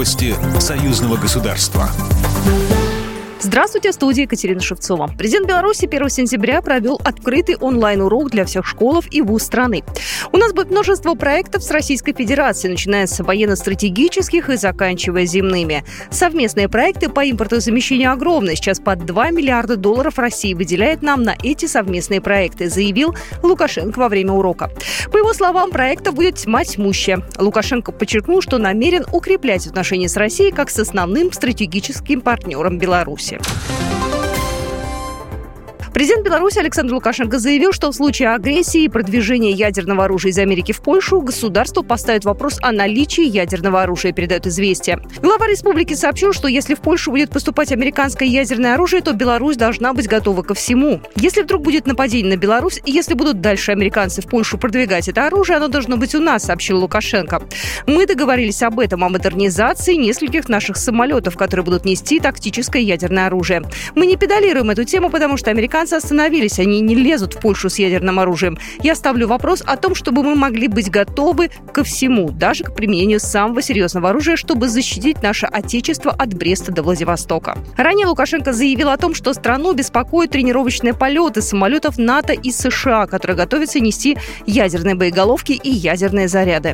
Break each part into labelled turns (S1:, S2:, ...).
S1: Новости союзного государства.
S2: Здравствуйте, в студии Екатерина Шевцова. Президент Беларуси 1 сентября провел открытый онлайн-урок для всех школ и вуз страны. У нас будет множество проектов с Российской Федерацией, начиная с военно-стратегических и заканчивая земными. Совместные проекты по импортозамещению огромны. Сейчас по $2 миллиарда Россия выделяет нам на эти совместные проекты, заявил Лукашенко во время урока. По его словам, проектов будет тьма тьмущая. Лукашенко подчеркнул, что намерен укреплять отношения с Россией как с основным стратегическим партнером Беларуси. Президент Беларуси Александр Лукашенко заявил, что в случае агрессии и продвижения ядерного оружия из Америки в Польшу государство поставит вопрос о наличии ядерного оружия, передает «Известия». Глава республики сообщил, что если в Польшу будет поступать американское ядерное оружие, то Беларусь должна быть готова ко всему. Если вдруг будет нападение на Беларусь, и если будут дальше американцы в Польшу продвигать это оружие, оно должно быть у нас, сообщил Лукашенко. Мы договорились об этом, о модернизации нескольких наших самолетов, которые будут нести тактическое ядерное оружие. Мы не педалируем эту тему, потому что американцы остановились, они не лезут в Польшу с ядерным оружием. Я ставлю вопрос о том, чтобы мы могли быть готовы ко всему, даже к применению самого серьезного оружия, чтобы защитить наше отечество от Бреста до Владивостока. Ранее Лукашенко заявил о том, что страну беспокоят тренировочные полеты самолетов НАТО и США, которые готовятся нести ядерные боеголовки и ядерные заряды.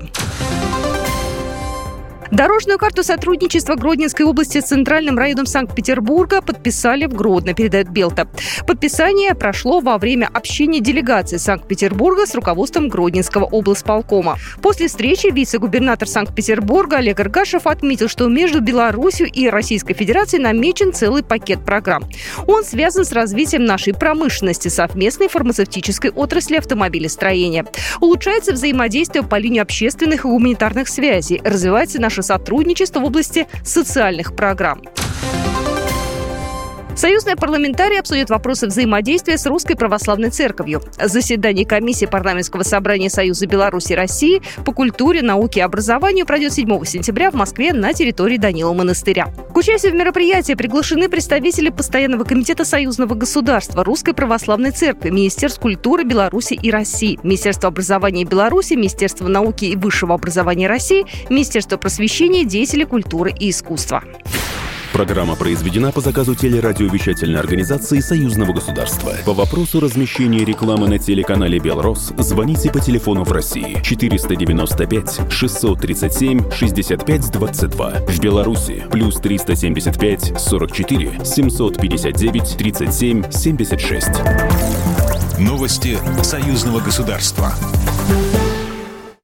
S2: Дорожную карту сотрудничества Гродненской области с Центральным районом Санкт-Петербурга подписали в Гродно, передает Белта. Подписание прошло во время общения делегации Санкт-Петербурга с руководством Гродненского облсполкома. После встречи вице-губернатор Санкт-Петербурга Олег Иргашев отметил, что между Беларусью и Российской Федерацией намечен целый пакет программ. Он связан с развитием нашей промышленности, совместной фармацевтической отрасли автомобилестроения. Улучшается взаимодействие по линии общественных и гуманитарных связей, развивается наше сотрудничество в области социальных программ. Союзные парламентарии обсудят вопросы взаимодействия с Русской Православной Церковью. Заседание комиссии парламентского собрания Союза Беларуси и России по культуре, науке и образованию пройдет 7 сентября в Москве на территории Данилова монастыря. К участию в мероприятии приглашены представители Постоянного комитета Союзного государства, Русской Православной Церкви, Министерств культуры Беларуси и России, Министерства образования Беларуси, Министерства науки и высшего образования России, Министерства просвещения, деятелей культуры и искусства.
S3: Программа произведена по заказу телерадиовещательной организации Союзного государства. По вопросу размещения рекламы на телеканале «Белрос» звоните по телефону в России 495 637 65 22. В Беларуси плюс 375 44 759 37 76.
S1: Новости союзного государства.